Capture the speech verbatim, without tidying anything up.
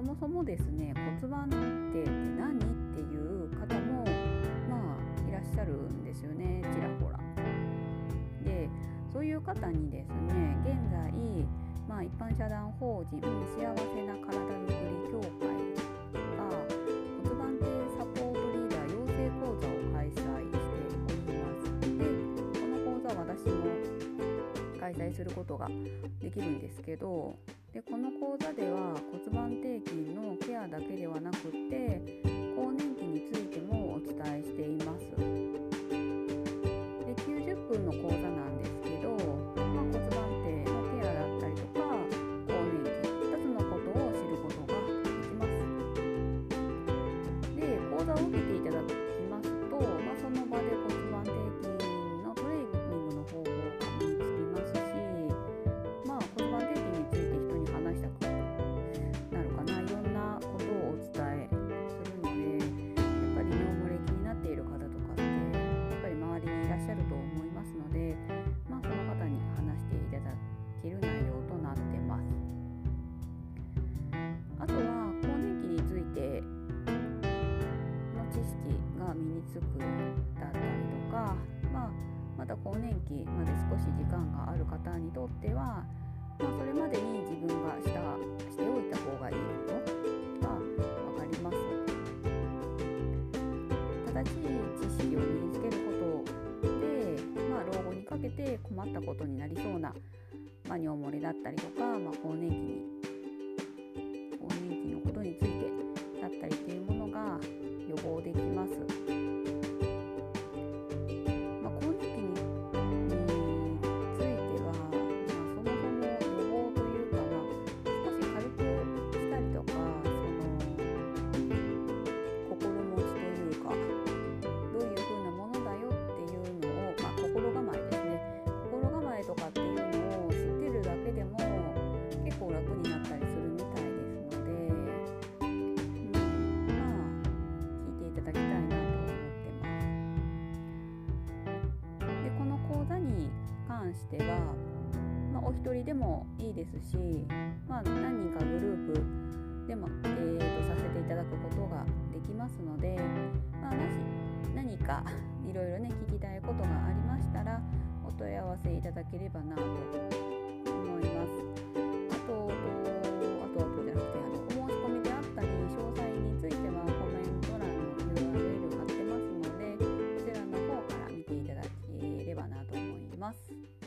もそもですね、骨盤底って何っていう方もまあいらっしゃるんですよね、ちらほら。でそういう方にですね、現在、まあ、一般社団法人幸せな体づくり協会が骨盤底サポートリーダー養成講座を開催しております。でこの講座は私も開催することができるんですけど、でこの講座では骨盤底筋のケアだけではなくて更年期についてもお伝えしています。できゅうじゅっぷんの講座なんですけど、まあ、骨盤底のケアだったりとか更年期ふたつのことを知ることができます。で講座を受けていただきますと、まあ、その場で骨盤底筋のトレーニングの方法が身につきますし、まあ、骨盤底筋について人に話したくなるかな、いろんなことをお伝えするので、やっぱり尿漏れ気になっている方とかってやっぱり周りにいらっしゃると思いますので、まあ、その方に話していただける内容となってます。あとは更年期についての知識が身につくだったりとか、まあ、また更年期まで少し時間がある方にとっては、まあ、それまでに自分がしたしておいた方がいいことが分かります。正しい知識を身につけることで、まあ、老後にかけて困ったことになりそうな、まあ、尿漏れだったりとか、まあ、更年期に更年期のことについてだったりっていうものが予防できます。まあ、更年期については、まあ、そもそも予防というか、まあ、少し軽くしたりとか、その心持ちというか、どういう風なものだよっていうのを、まあ、心構えですね。心構えとかっていうのを知ってるだけでも結構楽になったりするみたいですので、うん、まあ聞いていただきたいなと思ってます。でこの講座に関しては、まあ、お一人でもいいですし、まあ、何人かグループでも、えー、とさせていただくことができますので、まあ、なし何かいろいろね聞きたいことがありましたらお問い合わせいただければなと思います。あと、あと、あとじゃなくて、あのお申し込みであったり詳細についてはコメント欄の ユーアールエル 貼ってますので、こちらの方から見ていただければなと思います。